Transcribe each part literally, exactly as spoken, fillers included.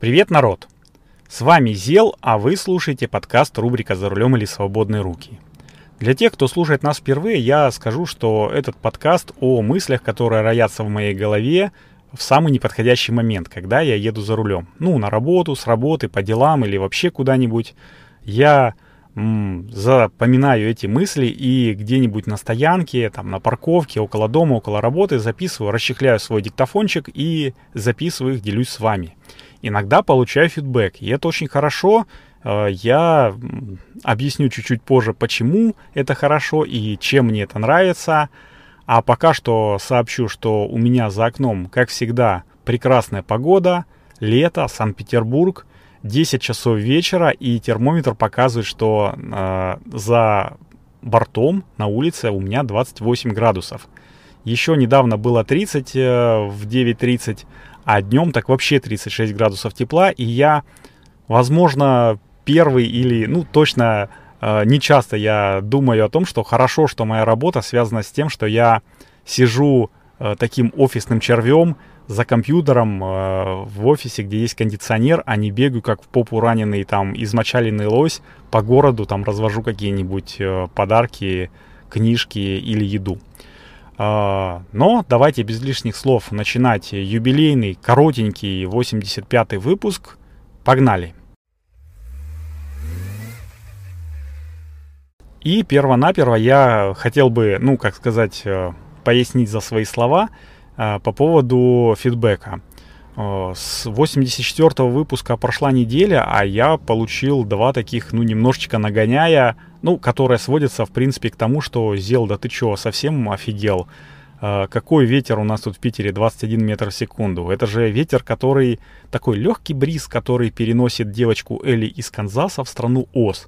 Привет, народ! С вами Зел, а вы слушаете подкаст рубрика «За рулем или свободные руки». Для тех, кто слушает нас впервые, я скажу, что этот подкаст о мыслях, которые роятся в моей голове в самый неподходящий момент, когда я еду за рулем. Ну, на работу, с работы, по делам или вообще куда-нибудь. Я м, запоминаю эти мысли и где-нибудь на стоянке, там, на парковке, около дома, около работы записываю, расчехляю свой диктофончик и записываю их, делюсь с вами. Иногда получаю фидбэк, и это очень хорошо. Я объясню чуть-чуть позже, почему это хорошо и чем мне это нравится. А пока что сообщу, что у меня за окном, как всегда, прекрасная погода, лето, Санкт-Петербург, десять часов вечера, и термометр показывает, что э, за бортом на улице у меня двадцать восемь градусов. Еще недавно было тридцать э, в девять тридцать, а днем так вообще тридцать шесть градусов тепла, и я, возможно, первый или, ну, точно э, не часто я думаю о том, что хорошо, что моя работа связана с тем, что я сижу э, таким офисным червем за компьютером э, в офисе, где есть кондиционер, а не бегаю, как в попу раненый, там, измочаленный лось по городу, там, развожу какие-нибудь э, подарки, книжки или еду. Uh, но давайте без лишних слов начинать юбилейный, коротенький восемьдесят пятый выпуск. Погнали! И перво-наперво я хотел бы, ну, как сказать, пояснить за свои слова uh, по поводу фидбэка. Uh, с восемьдесят четвёртого выпуска прошла неделя, а я получил два таких, ну, немножечко нагоняя, ну, которые сводятся, в принципе, к тому, что Зел, да ты чё, совсем офигел? Uh, какой ветер у нас тут в Питере, двадцать один метр в секунду? Это же ветер, который, такой легкий бриз, который переносит девочку Элли из Канзаса в страну Оз.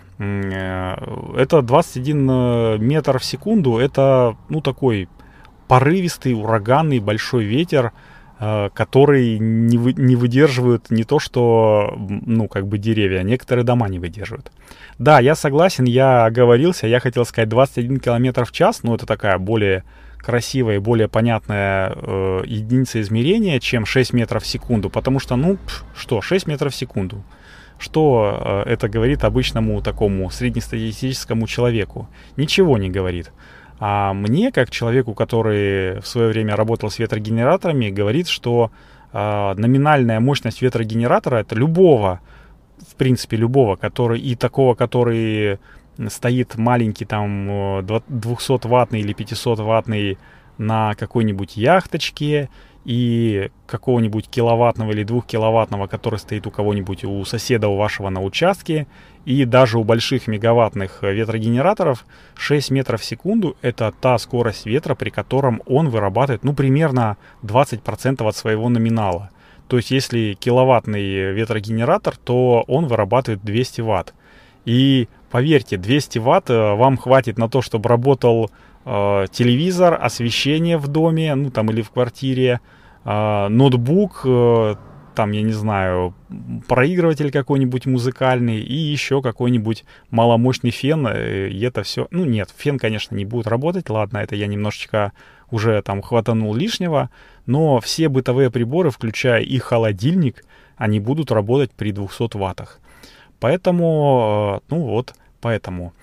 Uh, это двадцать один метр в секунду, это, ну, такой порывистый, ураганный, большой ветер, который не, вы, не выдерживают не то что, ну, как бы деревья, а некоторые дома не выдерживают. Да, я согласен, я оговорился, я хотел сказать двадцать один километр в час, но это такая более красивая и более понятная э, единица измерения, чем шесть метров в секунду, потому что, ну, что, шесть метров в секунду? Что э, это говорит обычному такому среднестатистическому человеку? Ничего не говорит. А мне, как человеку, который в свое время работал с ветрогенераторами, говорит, что э, номинальная мощность ветрогенератора — это любого, в принципе, любого, который и такого, который стоит маленький там двухсотваттный или пятисотваттный на какой-нибудь яхточке, и какого-нибудь киловаттного или двухкиловаттного, который стоит у кого-нибудь, у соседа у вашего на участке, и даже у больших мегаваттных ветрогенераторов шесть метров в секунду — это та скорость ветра, при котором он вырабатывает, ну, примерно двадцать процентов от своего номинала. То есть если киловаттный ветрогенератор, то он вырабатывает двести ватт. И поверьте, двести ватт вам хватит на то, чтобы работал э, телевизор, освещение в доме, ну там или в квартире, э, ноутбук, э, там, я не знаю, проигрыватель какой-нибудь музыкальный и еще какой-нибудь маломощный фен. И это все, ну нет, фен, конечно, не будет работать, ладно, это я немножечко уже там хватанул лишнего, но все бытовые приборы, включая и холодильник, они будут работать при двухсот ваттах. Поэтому, ну вот, поэтому.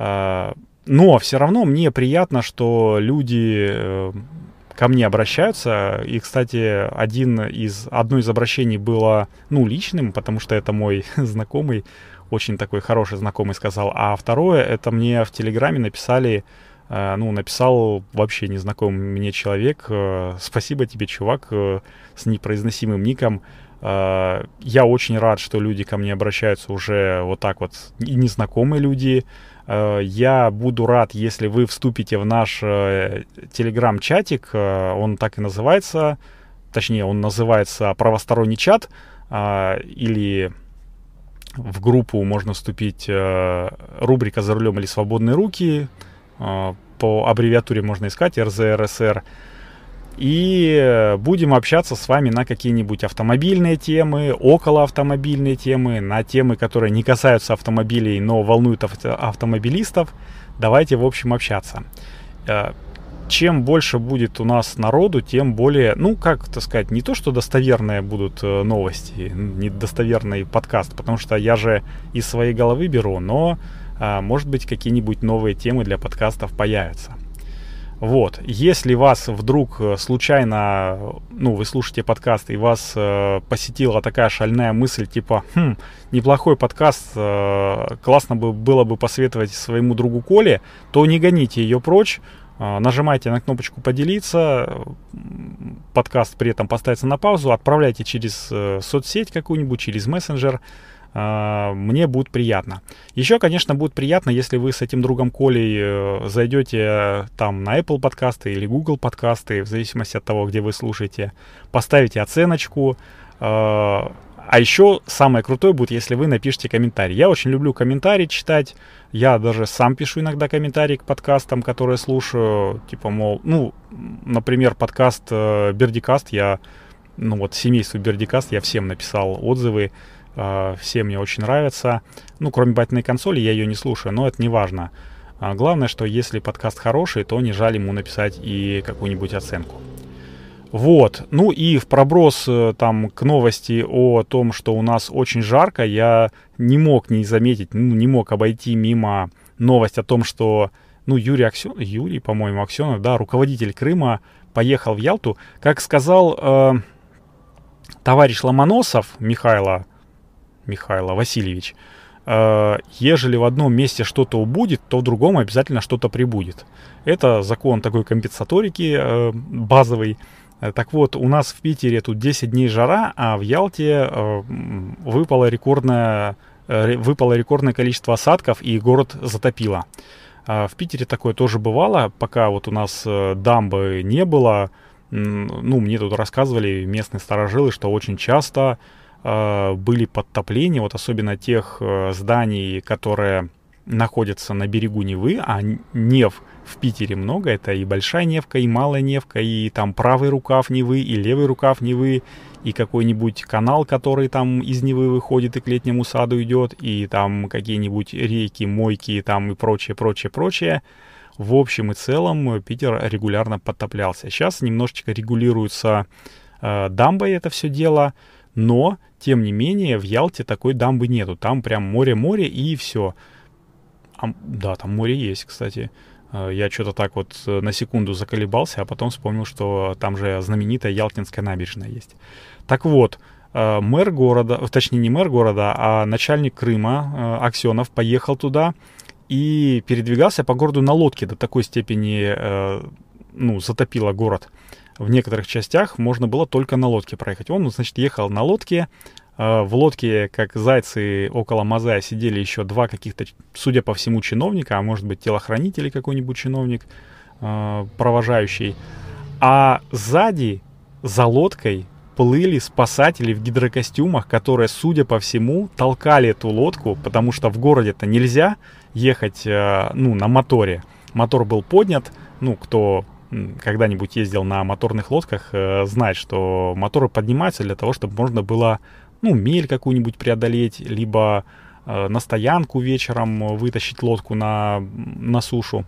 Но все равно мне приятно, что люди ко мне обращаются. И, кстати, один из, одно из обращений было, ну, личным, потому что это мой знакомый, очень такой хороший знакомый сказал. А второе, это мне в Телеграме написали, ну, написал вообще незнакомый мне человек. Спасибо тебе, чувак, с непроизносимым ником. Я очень рад, что люди ко мне обращаются уже вот так вот, и незнакомые люди. Я буду рад, если вы вступите в наш телеграм-чатик. Он так и называется, точнее, он называется «Правосторонний чат». Или в группу можно вступить, рубрика «За рулем или свободные руки». По аббревиатуре можно искать эр зэ эр эс эр. И будем общаться с вами на какие-нибудь автомобильные темы, околоавтомобильные темы, на темы, которые не касаются автомобилей, но волнуют авто- автомобилистов. Давайте, в общем, общаться. чем больше будет у нас народу, тем более, ну, как так сказать, не то, что достоверные будут новости, не достоверный подкаст, потому что я же из своей головы беру, но, может быть, какие-нибудь новые темы для подкастов появятся. Вот, если вас вдруг случайно, ну, вы слушаете подкаст, и вас э, посетила такая шальная мысль, типа, хм, неплохой подкаст, э, классно бы было бы посоветовать своему другу Коле, то не гоните ее прочь, э, нажимайте на кнопочку «Поделиться», подкаст при этом поставится на паузу, отправляйте через э, соцсеть какую-нибудь, через мессенджер, мне будет приятно. Еще, конечно, будет приятно, если вы с этим другом Колей зайдете там на Apple подкасты или Google подкасты, в зависимости от того, где вы слушаете, поставите оценочку. А еще самое крутое будет, если вы напишите комментарий. Я очень люблю комментарии читать. Я даже сам пишу иногда комментарии к подкастам, которые слушаю. Типа, мол, ну, например, подкаст Бердикаст. Я, ну вот, семейству Бердикаст я всем написал отзывы. Все мне очень нравятся. Ну, кроме «Батиной консоли», я ее не слушаю, но это не важно. Главное, что если подкаст хороший, то не жаль ему написать и какую-нибудь оценку. Вот. Ну и в проброс там к новости о том, что у нас очень жарко, я не мог не заметить, ну, не мог обойти мимо новость о том, что, ну, Юрий Аксенов, Юрий, по-моему, Аксенов, да, руководитель Крыма, поехал в Ялту. Как сказал э, товарищ Ломоносов, Михайло, Михайло Васильевич, э, ежели в одном месте что-то убудет, то в другом обязательно что-то прибудет. Это закон такой компенсаторики э, базовый. Так вот, у нас в Питере тут десять дней жара, а в Ялте э, выпало рекордное, э, выпало рекордное количество осадков, и город затопило. Э, в Питере такое тоже бывало, пока вот у нас э, дамбы не было. Э, ну, мне тут рассказывали местные старожилы, что очень часто были подтопления, вот особенно тех э, зданий, которые находятся на берегу Невы, а Нев в Питере много, это и Большая Невка, и Малая Невка, и там правый рукав Невы, и левый рукав Невы, и какой-нибудь канал, который там из Невы выходит и к летнему саду идет, и там какие-нибудь реки, мойки, там и прочее, прочее, прочее. В общем и целом Питер регулярно подтоплялся. Сейчас немножечко регулируется э, дамбой это все дело, но, тем не менее, в Ялте такой дамбы нету. Там прям море-море и все. А, да, там море есть, кстати. Я что-то так вот на секунду заколебался, а потом вспомнил, что там же знаменитая Ялтинская набережная есть. Так вот, мэр города, точнее не мэр города, а начальник Крыма Аксенов поехал туда и передвигался по городу на лодке. До такой степени, ну, затопило город. В некоторых частях можно было только на лодке проехать. Он, значит, ехал на лодке. В лодке, как зайцы около Мазая, сидели еще два каких-то, судя по всему, чиновника, а может быть, телохранитель или какой-нибудь чиновник, провожающий. А сзади, за лодкой, плыли спасатели в гидрокостюмах, которые, судя по всему, толкали эту лодку, потому что в городе-то нельзя ехать, ну, на моторе. Мотор был поднят, ну, кто когда-нибудь ездил на моторных лодках, э, знает, что моторы поднимаются для того, чтобы можно было, ну, мель какую-нибудь преодолеть, либо э, на стоянку вечером вытащить лодку на, на сушу.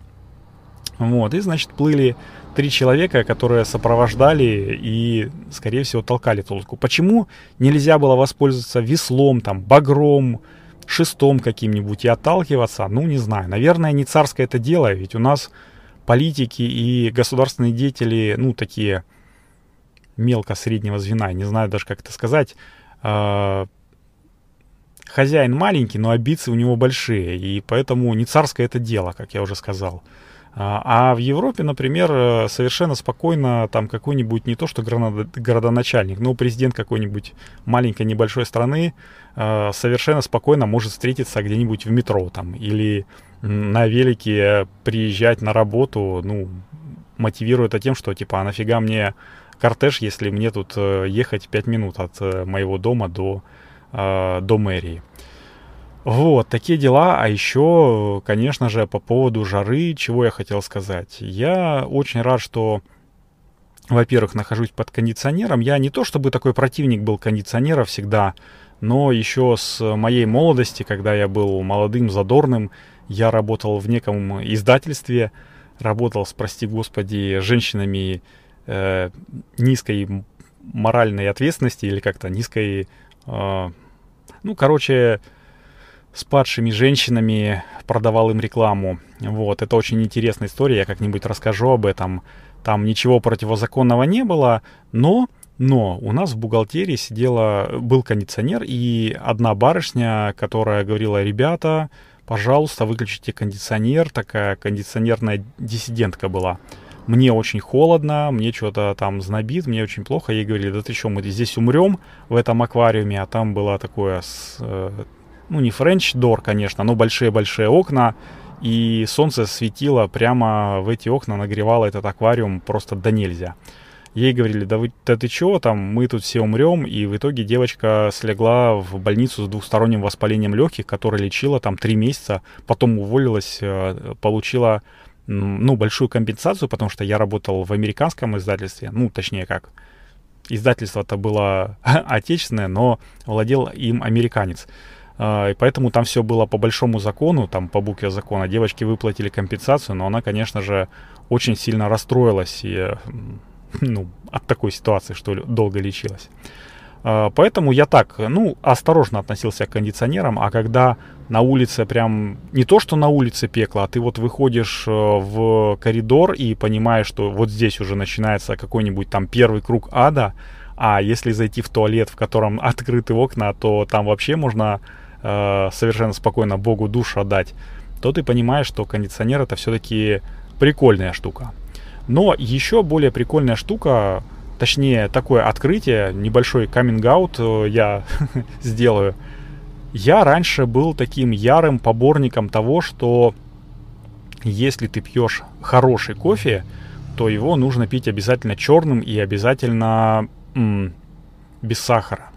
Вот, и, значит, плыли три человека, которые сопровождали и, скорее всего, толкали эту лодку. Почему нельзя было воспользоваться веслом, там, багром, шестом каким-нибудь и отталкиваться? Ну, не знаю. Наверное, не царское это дело, ведь у нас политики и государственные деятели, ну, такие мелко-среднего звена, не знаю даже, как это сказать. Э, хозяин маленький, но амбиции у него большие, и поэтому не царское это дело, как я уже сказал. А в Европе, например, совершенно спокойно там какой-нибудь, не то что городоначальник, но президент какой-нибудь маленькой небольшой страны совершенно спокойно может встретиться где-нибудь в метро там, или на велике приезжать на работу, ну, мотивируя это тем, что типа, а нафига мне кортеж, если мне тут ехать пять минут от моего дома до, до мэрии. Вот, такие дела. А еще, конечно же, по поводу жары, чего я хотел сказать. Я очень рад, что, во-первых, нахожусь под кондиционером. Я не то чтобы такой противник был кондиционера всегда, но еще с моей молодости, когда я был молодым, задорным, я работал в неком издательстве, работал с, прости господи, женщинами э, низкой моральной ответственности или как-то низкой, э, ну, короче, с падшими женщинами, продавал им рекламу. Вот, это очень интересная история, я как-нибудь расскажу об этом. Там ничего противозаконного не было, но, но у нас в бухгалтерии сидела, был кондиционер, и одна барышня, которая говорила: ребята, пожалуйста, выключите кондиционер, такая кондиционерная диссидентка была. Мне очень холодно, мне что-то там знобит, мне очень плохо. Ей говорили: да ты что, мы здесь умрем в этом аквариуме, а там было такое... С, ну, не French door, конечно, но большие-большие окна, и солнце светило прямо в эти окна, нагревало этот аквариум просто до нельзя. Ей говорили: да, вы, да ты чего там, мы тут все умрем, и в итоге девочка слегла в больницу с двухсторонним воспалением легких, которое лечила там три месяца, потом уволилась, получила, ну, большую компенсацию, потому что я работал в американском издательстве, ну, точнее как, издательство-то было отечественное, но владел им американец. И поэтому там все было по большому закону, там по букве закона. Девочке выплатили компенсацию, но она, конечно же, очень сильно расстроилась и, ну, от такой ситуации, что долго лечилась. Поэтому я так, ну, осторожно относился к кондиционерам, а когда на улице прям, не то что на улице пекло, а ты вот выходишь в коридор и понимаешь, что вот здесь уже начинается какой-нибудь там первый круг ада, а если зайти в туалет, в котором открыты окна, то там вообще можно совершенно спокойно Богу душу отдать, то ты понимаешь, что кондиционер — это все-таки прикольная штука. Но еще более прикольная штука, точнее такое открытие, небольшой каминг-аут я сделаю. Я раньше был таким ярым поборником того, что если ты пьешь хороший кофе, то его нужно пить обязательно черным и обязательно м- без сахара.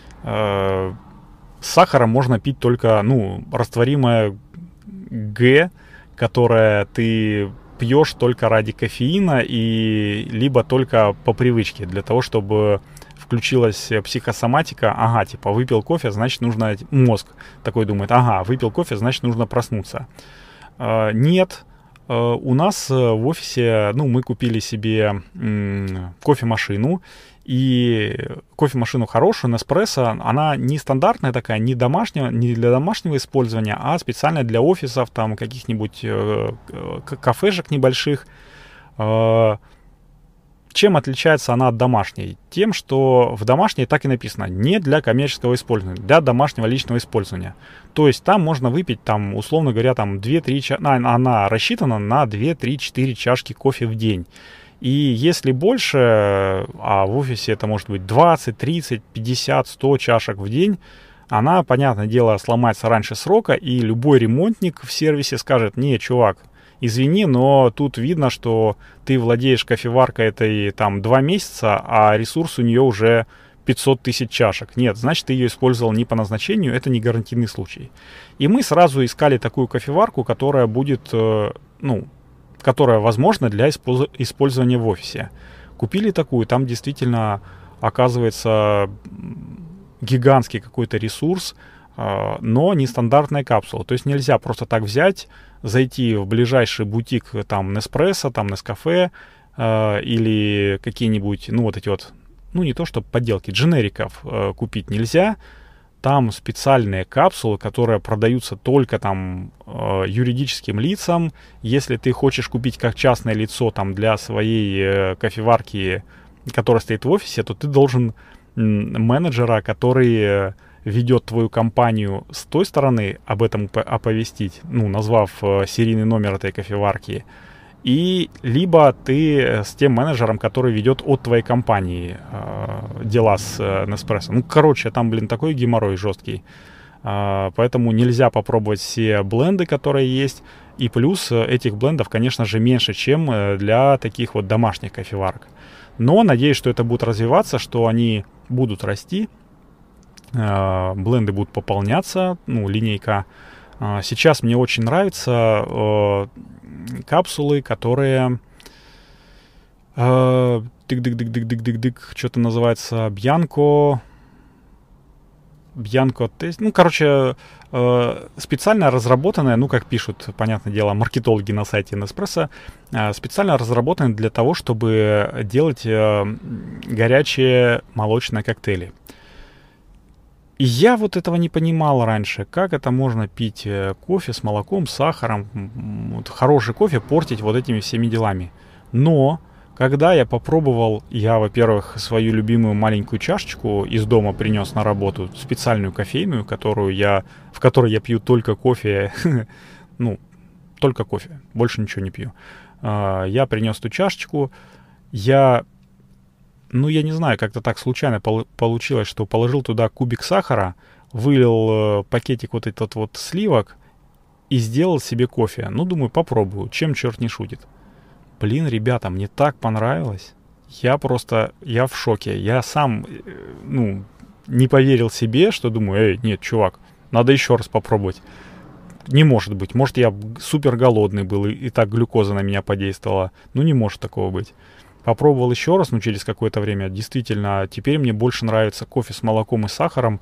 С сахаром можно пить только, ну, растворимое Г, которое ты пьешь только ради кофеина и либо только по привычке, для того, чтобы включилась психосоматика. Ага, типа выпил кофе, значит нужно... Мозг такой думает: ага, выпил кофе, значит нужно проснуться. Э, нет, э, у нас в офисе, ну, мы купили себе м- кофемашину, и кофемашину хорошую, Nespresso, она не стандартная такая, не домашняя, не для домашнего использования, а специально для офисов, там, каких-нибудь э, кафешек небольших. Э, чем отличается она от домашней? Тем, что в домашней так и написано: не для коммерческого использования, для домашнего личного использования. То есть там можно выпить, там, условно говоря, там две-три чашки, она рассчитана на две-три-четыре чашки кофе в день. И если больше, а в офисе это может быть двадцать, тридцать, пятьдесят, сто чашек в день, она, понятное дело, сломается раньше срока, и любой ремонтник в сервисе скажет: не, чувак, извини, но тут видно, что ты владеешь кофеваркой этой там два месяца, а ресурс у нее уже пятьсот тысяч чашек. Нет, значит, ты ее использовал не по назначению, это не гарантийный случай. И мы сразу искали такую кофеварку, которая будет, ну, которая возможна для использования в офисе. Купили такую, там действительно оказывается гигантский какой-то ресурс, но нестандартная капсула. То есть нельзя просто так взять, зайти в ближайший бутик там Nespresso, там Nescafe или какие-нибудь, ну вот эти вот, ну не то что подделки, дженериков купить нельзя. Там специальные капсулы, которые продаются только там э, юридическим лицам. Если ты хочешь купить как частное лицо там для своей э, кофеварки, которая стоит в офисе, то ты должен м, менеджера, который э, ведет твою компанию с той стороны, об этом оповестить, ну, назвав э, серийный номер этой кофеварки. И либо ты с тем менеджером, который ведет от твоей компании э, дела с э, Nespresso. Ну, короче, там, блин, такой геморрой жесткий. Э, поэтому нельзя попробовать все бленды, которые есть. И плюс этих блендов, конечно же, меньше, чем для таких вот домашних кофеварок. Но надеюсь, что это будет развиваться, что они будут расти. Э, бленды будут пополняться, ну, линейка. Э, сейчас мне очень нравится... Э, капсулы, которые э, дык-дык-дык-дык-дык-дык-дык, что-то называется Бьянко. Bianco Test. Ну, короче, э, специально разработанная, ну, как пишут, понятное дело, маркетологи на сайте Nespresso, э, специально разработанная для того, чтобы делать э, горячие молочные коктейли. И я вот этого не понимал раньше, как это можно пить кофе с молоком, с сахаром, вот хороший кофе портить вот этими всеми делами. Но когда я попробовал, я, во-первых, свою любимую маленькую чашечку из дома принес на работу, специальную кофейную, которую я, в которой я пью только кофе, ну, только кофе, больше ничего не пью. Я принес ту чашечку, я... Ну, я не знаю, как-то так случайно пол- получилось, что положил туда кубик сахара, вылил э, пакетик вот этот вот сливок и сделал себе кофе. Ну, думаю, попробую, чем черт не шутит. Блин, ребята, мне так понравилось. Я просто, я в шоке. Я сам, э, ну, не поверил себе, что думаю, эй, нет, чувак, надо еще раз попробовать. Не может быть. Может, я супер голодный был, и, и так глюкоза на меня подействовала. Ну, не может такого быть. Попробовал еще раз, ну, через какое-то время. Действительно, теперь мне больше нравится кофе с молоком и сахаром,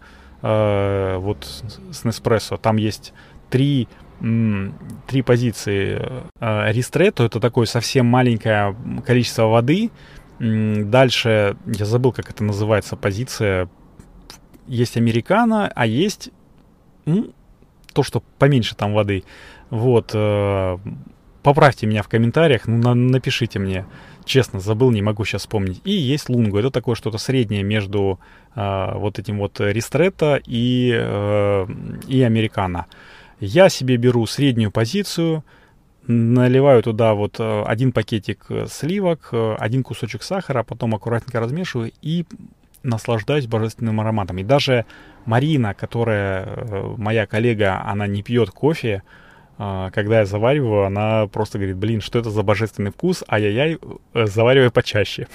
э, вот с Nespresso. Там есть три, м, три позиции. Э, Ристретто — это такое совсем маленькое количество воды. М, дальше, я забыл, как это называется, позиция. Есть американо, а есть м, то, что поменьше там воды. Вот. Э, поправьте меня в комментариях, ну, на, напишите мне. Честно, забыл, не могу сейчас вспомнить. И есть лунго. Это такое что-то среднее между э, вот этим вот ристретто и, э, и американо. Я себе беру среднюю позицию, наливаю туда вот э, один пакетик сливок, э, один кусочек сахара, потом аккуратненько размешиваю и наслаждаюсь божественным ароматом. И даже Марина, которая э, моя коллега, она не пьет кофе, когда я завариваю, она просто говорит, блин, что это за божественный вкус, ай-яй-яй, заваривай почаще.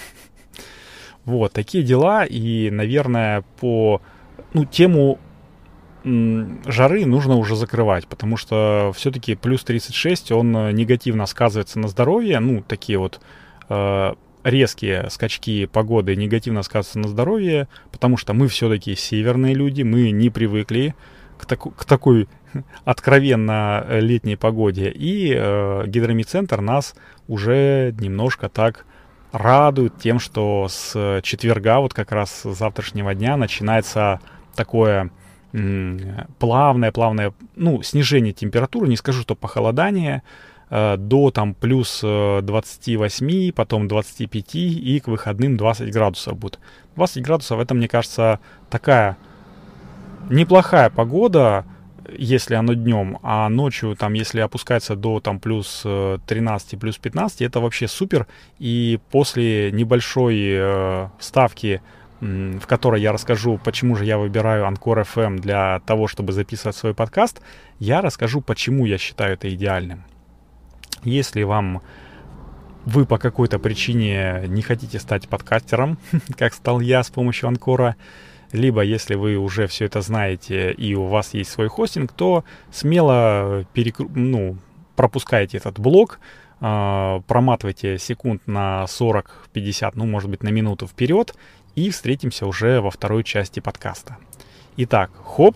Вот, такие дела, и, наверное, по, ну, тему м, жары нужно уже закрывать, потому что все-таки плюс тридцать шесть, он негативно сказывается на здоровье, ну, такие вот э, резкие скачки погоды негативно сказываются на здоровье, потому что мы все-таки северные люди, мы не привыкли к, таку, к такой откровенно летней погоде. И э, гидромедцентр нас уже немножко так радует тем, что с четверга, вот как раз с завтрашнего дня, начинается такое м, плавное, плавное, ну, снижение температуры, не скажу, что похолодание, э, до там плюс двадцать восемь, потом двадцать пять, и к выходным двадцать градусов будет. двадцать градусов, это, мне кажется, такая неплохая погода, если оно днем, а ночью, там, если опускается до там, плюс тринадцать, плюс пятнадцать, это вообще супер. И после небольшой э, вставки, м, в которой я расскажу, почему же я выбираю Анкор эф эм для того, чтобы записывать свой подкаст, я расскажу, почему я считаю это идеальным. Если вам вы по какой-то причине не хотите стать подкастером, как стал я с помощью Анкора, либо если вы уже все это знаете и у вас есть свой хостинг, то смело перекру... ну, пропускайте этот блок, э, проматывайте секунд на сорок-пятьдесят, ну, может быть, на минуту вперед, и встретимся уже во второй части подкаста. Итак, хоп.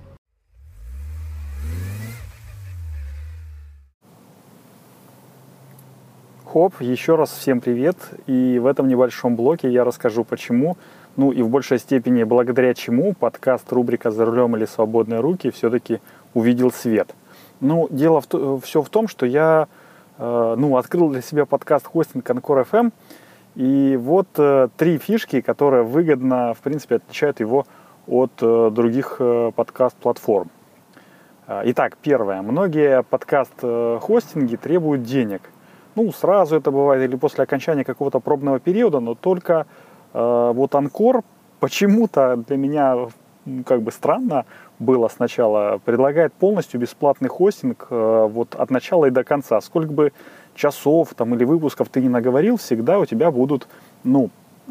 Хоп, еще раз всем привет. И в этом небольшом блоке я расскажу, почему, ну и в большей степени благодаря чему подкаст рубрика «За рулем или свободные руки» все-таки увидел свет. Ну, дело в то, все в том, что я э, ну, открыл для себя подкаст-хостинг Анкор эф эм, и вот э, три фишки, которые выгодно, в принципе, отличают его от э, других э, подкаст-платформ. Итак, первое. Многие подкаст-хостинги требуют денег. Ну, сразу это бывает или после окончания какого-то пробного периода, но только э, вот Анкор почему-то для меня как бы странно было сначала, предлагает полностью бесплатный хостинг э, вот от начала и до конца. Сколько бы часов там или выпусков ты не наговорил, всегда у тебя будут, ну,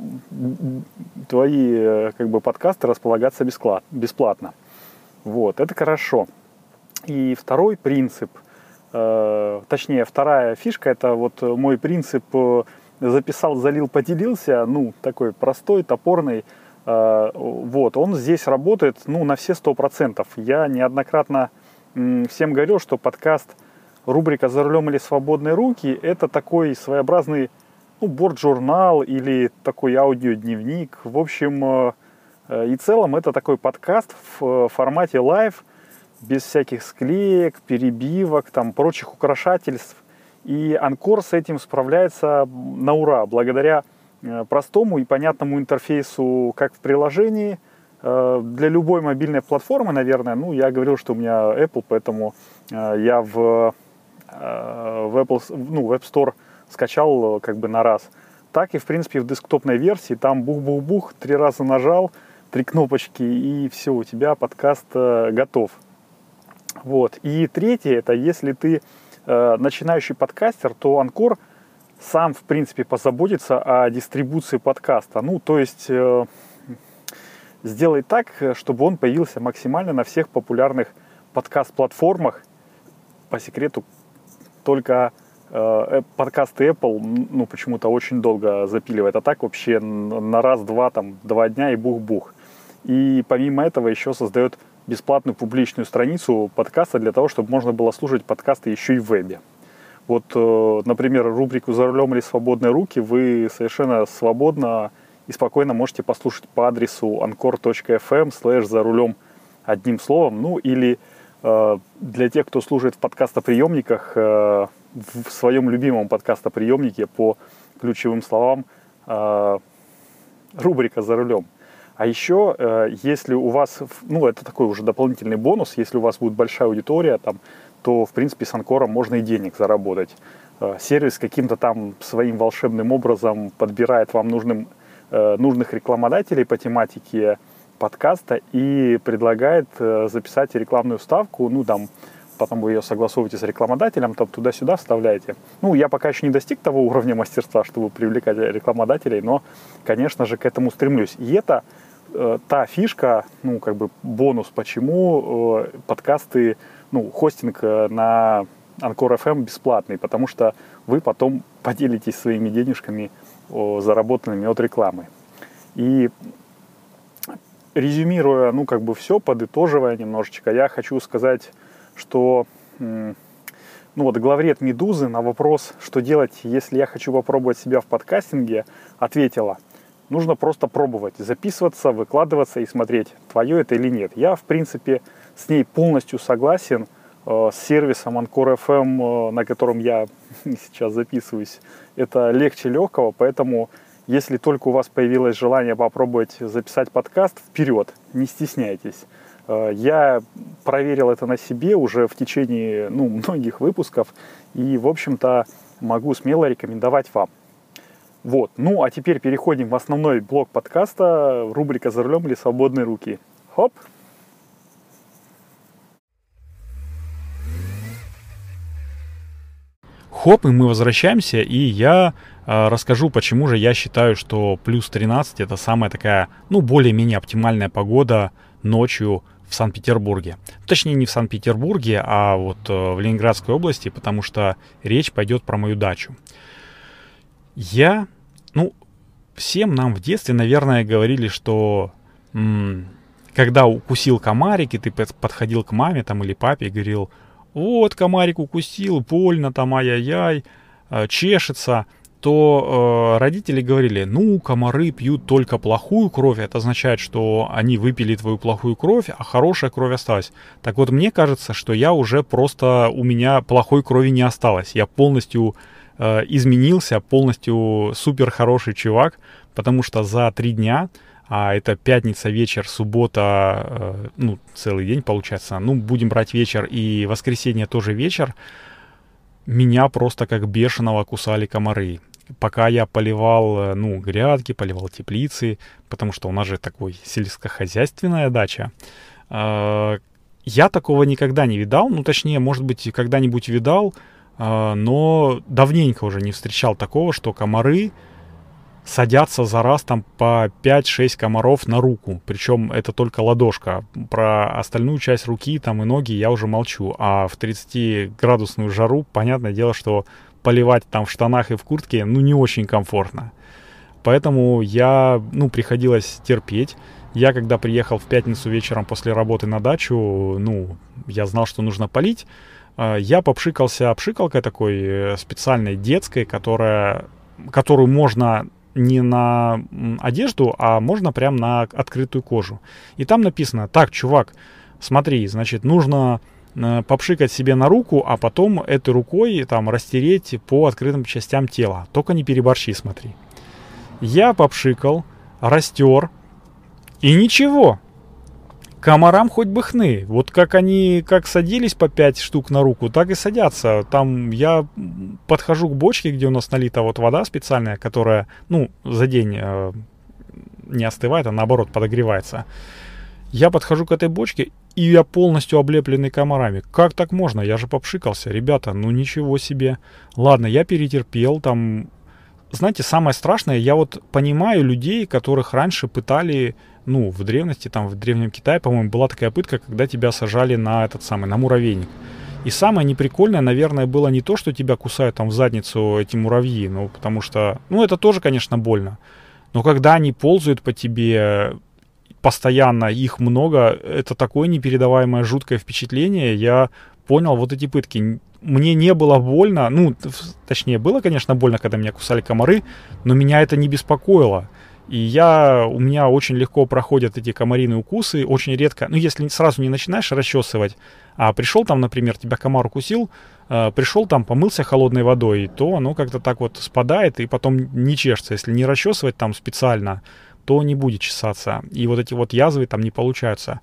твои э, как бы подкасты располагаться бесплатно. Вот, это хорошо. И второй принцип, э, точнее, вторая фишка, это вот мой принцип э, записал, залил, поделился, ну, такой простой, топорный. Вот, он здесь работает, ну, на все сто процентов. Я неоднократно всем говорил, что подкаст, рубрика «За рулем или свободные руки» — это такой своеобразный, ну, борт-журнал или такой аудиодневник. В общем и целом это такой подкаст в формате лайв, без всяких склеек, перебивок, там, прочих украшательств. И Анкор с этим справляется на ура, благодаря простому и понятному интерфейсу, как в приложении, для любой мобильной платформы, наверное. Ну, я говорил, что у меня Apple, поэтому я в, в, Apple, ну, в App Store скачал как бы на раз. Так и, в принципе, в десктопной версии, там бух-бух-бух, три раза нажал, три кнопочки, и все, у тебя подкаст готов. Вот. И третье, это если ты э, начинающий подкастер, то Анкор сам, в принципе, позаботится о дистрибуции подкаста. Ну, то есть э, сделай так, чтобы он появился максимально на всех популярных подкаст-платформах. По секрету, только э, подкасты Apple, ну, почему-то очень долго запиливает. А так вообще на раз-два, там, два дня и бух-бух. И помимо этого еще создает бесплатную публичную страницу подкаста для того, чтобы можно было слушать подкасты еще и в вебе. Вот, например, рубрику «За рулем или свободные руки» вы совершенно свободно и спокойно можете послушать по адресу анкор точка эф эм слэш за рулем одним словом. Ну или э, для тех, кто слушает в подкастоприемниках, э, в своем любимом подкастоприемнике по ключевым словам э, рубрика «За рулем». А еще, э, если у вас, ну, это такой уже дополнительный бонус, если у вас будет большая аудитория, там, то, в принципе, с Анкором можно и денег заработать. Э, сервис каким-то там своим волшебным образом подбирает вам нужным, э, нужных рекламодателей по тематике подкаста и предлагает э, записать рекламную вставку, ну, там, потом вы ее согласовываете с рекламодателем, там, туда-сюда вставляете. Ну, я пока еще не достиг того уровня мастерства, чтобы привлекать рекламодателей, но, конечно же, к этому стремлюсь. И это э, та фишка, ну, как бы бонус, почему э, подкасты, ну, хостинг на Анкор точка эф эм бесплатный, потому что вы потом поделитесь своими денежками, о, заработанными от рекламы. И резюмируя, ну, как бы все, подытоживая немножечко, я хочу сказать, что, ну, вот главред «Медузы» на вопрос, что делать, если я хочу попробовать себя в подкастинге, ответила: нужно просто пробовать, записываться, выкладываться и смотреть, твое это или нет. Я, в принципе, с ней полностью согласен. Э, с сервисом Анкор точка эф эм, э, на котором я сейчас записываюсь, это легче легкого, поэтому если только у вас появилось желание попробовать записать подкаст, вперед, не стесняйтесь. Я проверил это на себе уже в течение, ну, многих выпусков и, в общем-то, могу смело рекомендовать вам. Вот. Ну, а теперь переходим в основной блок подкаста, рубрика «За рулем или свободные руки». Хоп! Хоп, и мы возвращаемся, и я э, расскажу, почему же я считаю, что плюс тринадцать это самая такая, ну, более-менее оптимальная погода ночью в Санкт-Петербурге. Точнее, не в Санкт-Петербурге, а вот э, в Ленинградской области, потому что речь пойдет про мою дачу. Я, ну, всем нам в детстве, наверное, говорили, что м- когда укусил комарик, и ты подходил к маме там или папе и говорил: вот, комарик укусил, больно там, ай-яй-яй, э, чешется, то э, родители говорили: ну, комары пьют только плохую кровь, это означает, что они выпили твою плохую кровь, а хорошая кровь осталась. Так вот, мне кажется, что я уже просто, у меня плохой крови не осталось. Я полностью э, изменился, полностью супер хороший чувак, потому что за три дня, а это пятница вечер, суббота, э, ну, целый день получается, ну, будем брать вечер, и воскресенье тоже вечер, меня просто как бешеного кусали комары. Пока я поливал, ну, грядки, поливал теплицы, потому что у нас же такой сельскохозяйственная дача. Я такого никогда не видал, ну, точнее, может быть, когда-нибудь видал, но давненько уже не встречал такого, что комары садятся за раз там по пять-шесть комаров на руку. Причем это только ладошка. Про остальную часть руки там и ноги я уже молчу. А в тридцатиградусную жару, понятное дело, что поливать там в штанах и в куртке, ну, не очень комфортно. Поэтому я, ну, приходилось терпеть. Я, когда приехал в пятницу вечером после работы на дачу, ну, я знал, что нужно полить. Я попшикался пшикалкой такой специальной детской, которая, которую можно не на одежду, а можно прям на открытую кожу. И там написано: так, чувак, смотри, значит, нужно попшикать себе на руку, а потом этой рукой там растереть по открытым частям тела. Только не переборщи, смотри. Я попшикал, растер, и ничего. Комарам хоть бы хны. Вот как они как садились по пять штук на руку, так и садятся. Там я подхожу к бочке, где у нас налита вот вода специальная, которая, ну, за день э, не остывает, а наоборот подогревается. Я подхожу к этой бочке, и я полностью облепленный комарами. Как так можно? Я же попшикался. Ребята, ну ничего себе. Ладно, я перетерпел. Там, знаете, самое страшное, я вот понимаю людей, которых раньше пытали, ну, в древности, там, в Древнем Китае, по-моему, была такая пытка, когда тебя сажали на этот самый, на муравейник. И самое неприкольное, наверное, было не то, что тебя кусают там в задницу эти муравьи, ну, потому что, ну, это тоже, конечно, больно. Но когда они ползают по тебе постоянно, их много, это такое непередаваемое жуткое впечатление. Я понял вот эти пытки. Мне не было больно, ну, точнее, было, конечно, больно, когда меня кусали комары, но меня это не беспокоило. И я, у меня очень легко проходят эти комариные укусы, очень редко, ну, если сразу не начинаешь расчесывать, а пришел там, например, тебя комар укусил, э, пришел там, помылся холодной водой, то оно как-то так вот спадает и потом не чешется. Если не расчесывать там специально, то не будет чесаться. И вот эти вот язвы там не получаются.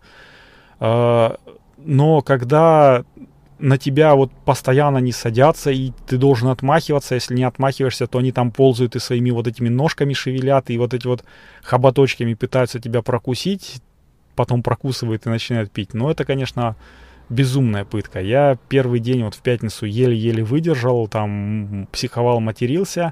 Э, но когда на тебя вот постоянно не садятся, и ты должен отмахиваться. Если не отмахиваешься, то они там ползают и своими вот этими ножками шевелят, и вот эти вот хоботочками пытаются тебя прокусить, потом прокусывают и начинают пить. Но это, конечно, безумная пытка. Я первый день вот в пятницу еле-еле выдержал, там психовал, матерился.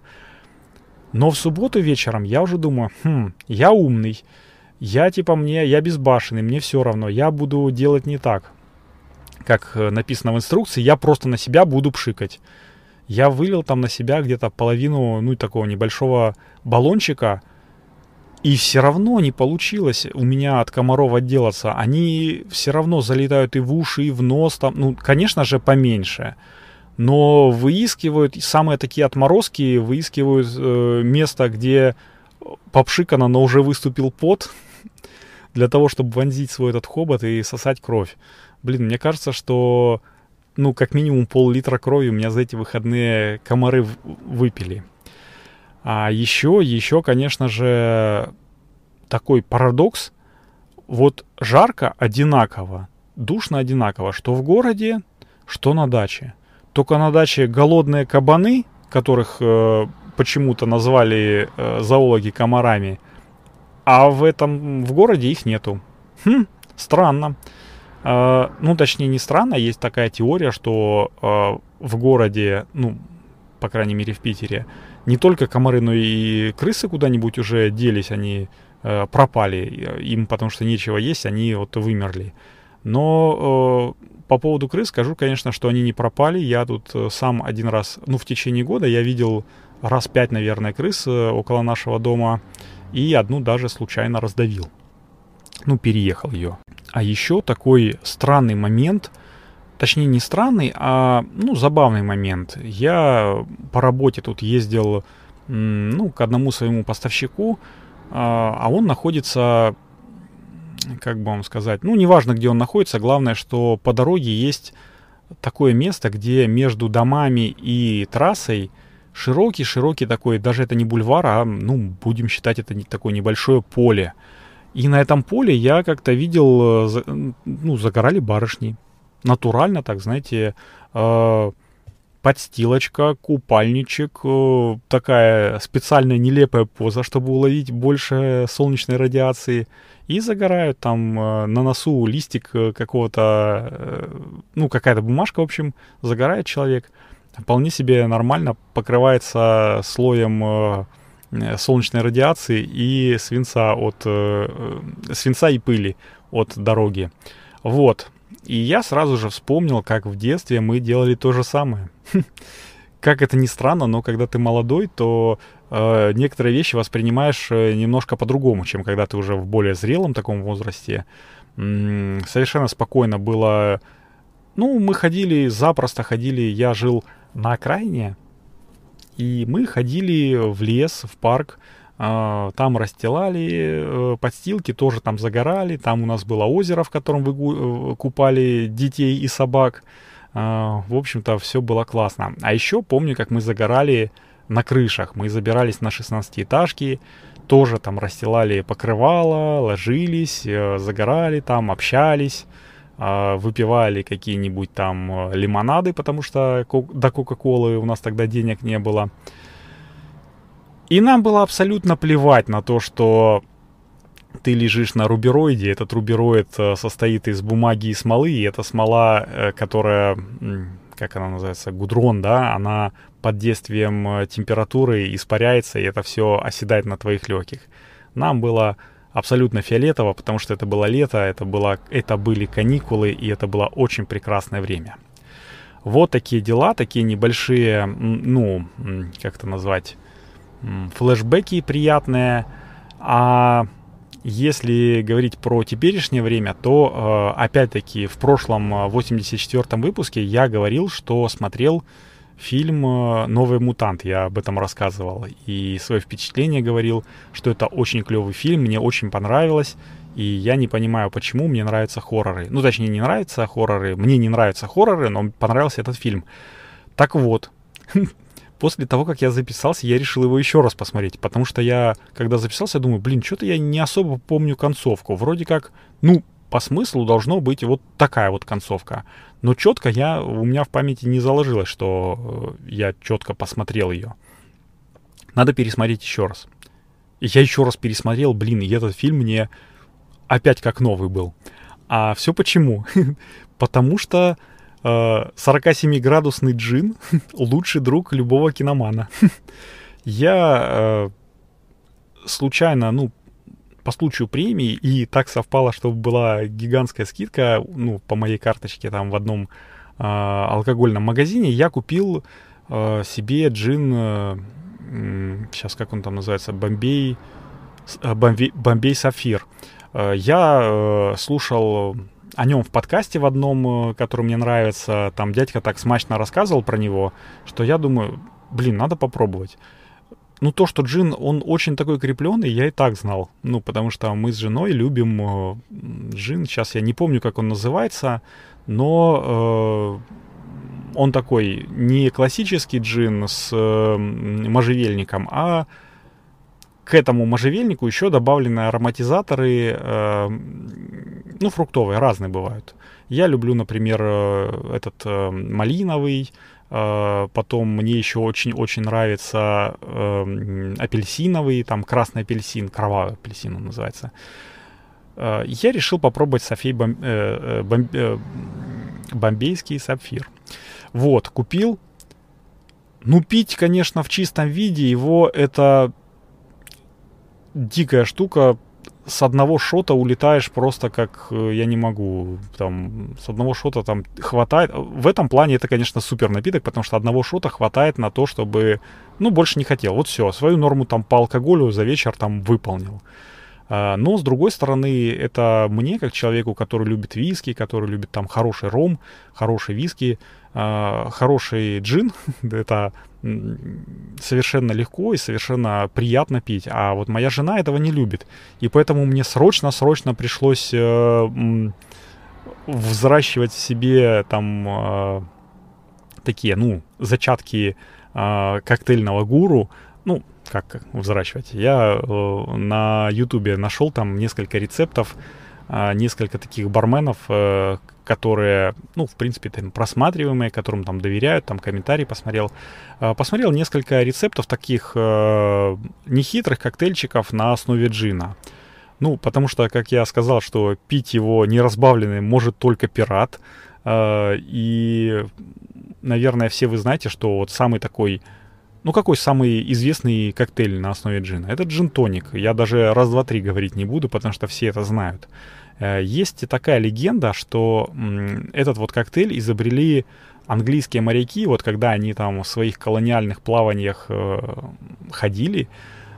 Но в субботу вечером я уже думаю, хм, я умный, я типа мне, я безбашенный, мне все равно, я буду делать не так, как написано в инструкции, я просто на себя буду пшикать. Я вылил там на себя где-то половину, ну, такого небольшого баллончика, и все равно не получилось у меня от комаров отделаться. Они все равно залетают и в уши, и в нос, там, ну, конечно же, поменьше. Но выискивают, самые такие отморозки, выискивают э, место, где попшикано, но уже выступил пот, для того, чтобы вонзить свой этот хобот и сосать кровь. Блин, мне кажется, что, ну, как минимум пол-литра крови у меня за эти выходные комары в- выпили. А еще, еще, конечно же, такой парадокс. Вот жарко одинаково, душно одинаково, что в городе, что на даче. Только на даче голодные кабаны, которых э, почему-то назвали э, зоологи комарами, а в этом, в городе их нету. Хм, странно. Э, ну, точнее, не странно, есть такая теория, что э, в городе, ну, по крайней мере в Питере, не только комары, но и крысы куда-нибудь уже делись, они э, пропали, им потому что нечего есть, они вот вымерли. Но э, по поводу крыс скажу, конечно, что они не пропали. Я тут э, сам один раз, ну, в течение года я видел раз пять, наверное, крыс э, около нашего дома, и одну даже случайно раздавил. Ну, переехал ее. А еще такой странный момент, точнее не странный, а, ну, забавный момент. Я по работе тут ездил, м, ну, к одному своему поставщику, а, а он находится, как бы вам сказать, ну, неважно, где он находится, главное, что по дороге есть такое место, где между домами и трассой широкий-широкий такой, даже это не бульвар, а, ну, будем считать, это не такое небольшое поле. И на этом поле я как-то видел, ну, загорали барышни. Натурально так, знаете, э, подстилочка, купальничек, э, такая специальная нелепая поза, чтобы уловить больше солнечной радиации. И загорают там э, на носу листик какого-то, э, ну, какая-то бумажка, в общем, загорает человек. Вполне себе нормально покрывается слоем э, солнечной радиации и свинца, от, э, свинца и пыли от дороги. Вот. И я сразу же вспомнил, как в детстве мы делали то же самое. как это ни странно, но когда ты молодой, то э, некоторые вещи воспринимаешь э, немножко по-другому, чем когда ты уже в более зрелом таком возрасте. М-м, совершенно спокойно было. Ну, мы ходили, запросто ходили. Я жил на окраине, и мы ходили в лес, в парк. Э, там расстилали э, подстилки, тоже там загорали. Там у нас было озеро, в котором вы купали детей и собак. В общем-то, все было классно. А еще помню, как мы загорали на крышах. Мы забирались на шестнадцатиэтажки, тоже там расстилали покрывало, ложились, загорали там, общались, выпивали какие-нибудь там лимонады, потому что до Кока-Колы у нас тогда денег не было. И нам было абсолютно плевать на то, что ты лежишь на рубероиде. Этот рубероид состоит из бумаги и смолы, и эта смола, которая, как она называется, гудрон, да, она под действием температуры испаряется, и это все оседает на твоих легких. Нам было абсолютно фиолетово, потому что это было лето, это, было, это были каникулы, и это было очень прекрасное время. Вот такие дела, такие небольшие, ну, как это назвать, флешбеки приятные. А если говорить про теперешнее время, то, э, опять-таки, в прошлом восемьдесят четвёртом выпуске я говорил, что смотрел фильм «Новый мутант». Я об этом рассказывал. И свое впечатление говорил, что это очень клевый фильм, мне очень понравилось. И я не понимаю, почему мне нравятся хорроры. Ну, точнее, не нравятся хорроры. Мне не нравятся хорроры, но понравился этот фильм. Так вот, после того, как я записался, я решил его еще раз посмотреть, потому что я, когда записался, думаю, блин, что-то я не особо помню концовку. Вроде как, ну, по смыслу должно быть вот такая вот концовка. Но четко я, у меня в памяти не заложилось, что я четко посмотрел ее. Надо пересмотреть еще раз. И я еще раз пересмотрел, блин, и этот фильм мне опять как новый был. А все почему? Потому что сорокасемиградусный джин — лучший друг любого киномана. Я э, случайно, ну, по случаю премии, и так совпало, что была гигантская скидка, ну, по моей карточке там в одном э, алкогольном магазине, я купил э, себе джин, э, сейчас как он там называется, Бомбей, э, Бомбей, Бомбей Сафир. Э, я э, слушал о нем в подкасте в одном, который мне нравится. Там дядька так смачно рассказывал про него, что я думаю, блин, надо попробовать. Ну, то, что джин, он очень такой крепленный, я и так знал. Ну, потому что мы с женой любим джин. Сейчас я не помню, как он называется, но э, он такой не классический джин с э, можжевельником, а к этому можжевельнику еще добавлены ароматизаторы, э, ну, фруктовые, разные бывают. Я люблю, например, э, этот э, малиновый, э, потом мне еще очень-очень нравится э, апельсиновый, там красный апельсин, кровавый апельсин он называется. Э, я решил попробовать Софей бом, э, бом, э, бомбейский сапфир. Вот, купил. Ну, пить, конечно, в чистом виде его это дикая штука. С одного шота улетаешь просто как я не могу. Там, с одного шота там хватает. В этом плане это, конечно, супер напиток, потому что одного шота хватает на то, чтобы, ну, больше не хотел. Вот все, свою норму там по алкоголю за вечер там выполнил. Но, с другой стороны, это мне, как человеку, который любит виски, который любит там хороший ром, хороший виски, хороший джин, это совершенно легко и совершенно приятно пить. А вот моя жена этого не любит. И поэтому мне срочно-срочно пришлось э, взращивать в себе там э, такие, ну, зачатки э, коктейльного гуру. Ну, как взращивать? Я э, на Ютубе нашел там несколько рецептов, э, несколько таких барменов, э, которые, ну, в принципе, там просматриваемые, которым там доверяют, там комментарии посмотрел. Э, посмотрел несколько рецептов таких э, нехитрых коктейльчиков на основе джина. Ну, потому что, как я сказал, что пить его неразбавленный может только пират. Э, и, наверное, все вы знаете, что вот самый такой... Ну, какой самый известный коктейль на основе джина? Это джин-тоник. Я даже раз, два, три говорить не буду, потому что все это знают. Есть такая легенда, что этот вот коктейль изобрели английские моряки, вот когда они там в своих колониальных плаваниях э, ходили,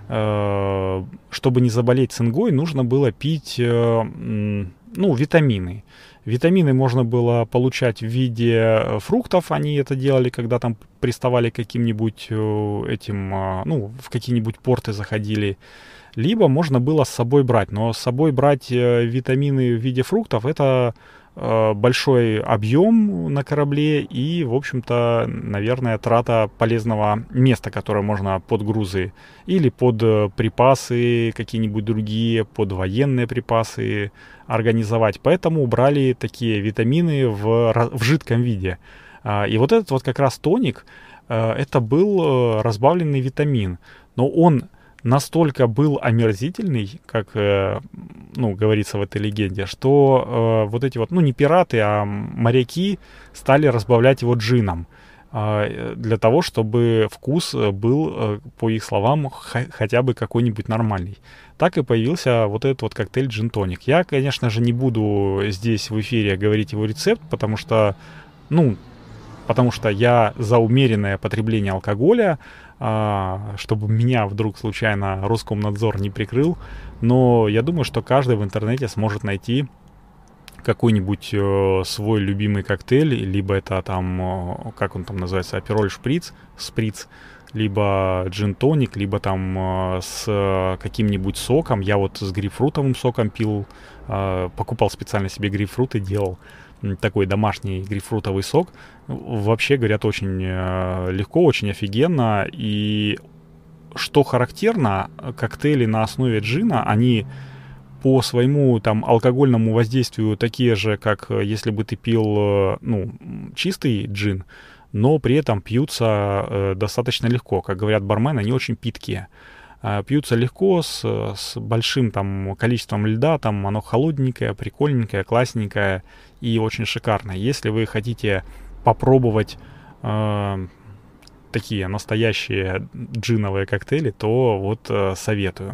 э, чтобы не заболеть цингой, нужно было пить, э, ну, витамины. Витамины можно было получать в виде фруктов, они это делали, когда там приставали к каким-нибудь э, этим, э, ну, в какие-нибудь порты заходили. Либо можно было с собой брать, но с собой брать э, витамины в виде фруктов — это э, большой объем на корабле и, в общем-то, наверное, трата полезного места, которое можно под грузы или под э, припасы какие-нибудь другие, под военные припасы организовать. Поэтому брали такие витамины в, в жидком виде. Э, и вот этот вот как раз тоник, э, это был э, разбавленный витамин, но он настолько был омерзительный, как, э, ну, говорится в этой легенде, что э, вот эти вот, ну, не пираты, а моряки стали разбавлять его джином, э, для того, чтобы вкус был, э, по их словам, х- хотя бы какой-нибудь нормальный. Так и появился вот этот вот коктейль джин-тоник. Я, конечно же, не буду здесь в эфире говорить его рецепт, потому что, ну, потому что я за умеренное потребление алкоголя, чтобы меня вдруг случайно Роскомнадзор не прикрыл. Но я думаю, что каждый в интернете сможет найти какой-нибудь э, свой любимый коктейль, либо это там, э, как он там называется, апероль шприц, сприц, либо джин-тоник, либо там э, с каким-нибудь соком. Я вот с грейпфрутовым соком пил, э, покупал специально себе грейпфрут и делал такой домашний грейпфрутовый сок. Вообще, говорят, очень э, легко, очень офигенно. И что характерно, коктейли на основе джина, они по своему там алкогольному воздействию такие же, как если бы ты пил, э, ну, чистый джин, но при этом пьются э, достаточно легко. Как говорят бармены, они очень питкие. Э, пьются легко, с, с большим там количеством льда, там оно холодненькое, прикольненькое, классненькое и очень шикарное. Если вы хотите попробовать э, такие настоящие джиновые коктейли, то вот э, советую.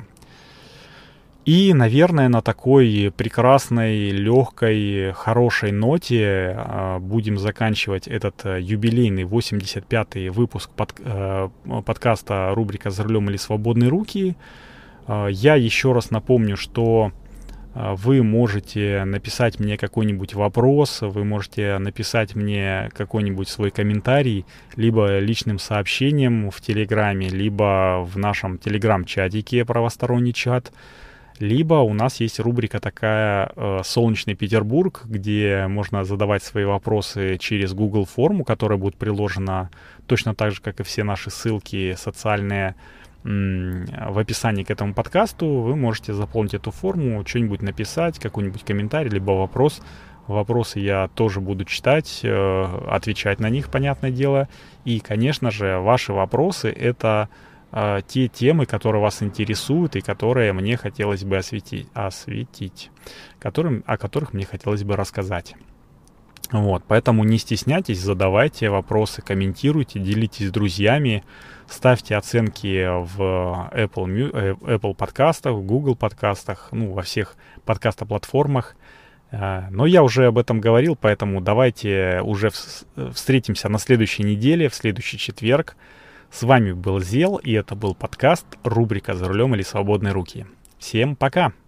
И, наверное, на такой прекрасной, легкой, хорошей ноте э, будем заканчивать этот э, юбилейный восемьдесят пятый выпуск под, э, подкаста рубрика «За рулем или свободные руки». Э, я еще раз напомню, что э, вы можете написать мне какой-нибудь вопрос, вы можете написать мне какой-нибудь свой комментарий либо личным сообщением в Телеграме, либо в нашем Телеграм-чатике «Правосторонний чат». Либо у нас есть рубрика такая э, «Солнечный Петербург», где можно задавать свои вопросы через Google форму, которая будет приложена точно так же, как и все наши ссылки социальные м- в описании к этому подкасту. Вы можете заполнить эту форму, что-нибудь написать, какой-нибудь комментарий, либо вопрос. Вопросы я тоже буду читать, э, отвечать на них, понятное дело. И, конечно же, ваши вопросы — это те темы, которые вас интересуют и которые мне хотелось бы осветить, осветить которым, о которых мне хотелось бы рассказать. Вот, поэтому не стесняйтесь, задавайте вопросы, комментируйте, делитесь с друзьями, ставьте оценки в Apple, Apple подкастах, в Google подкастах, ну, во всех подкастоплатформах. Но я уже об этом говорил, поэтому давайте уже встретимся на следующей неделе, в следующий четверг. С вами был Зел, и это был подкаст, рубрика «За рулем или свободные руки». Всем пока!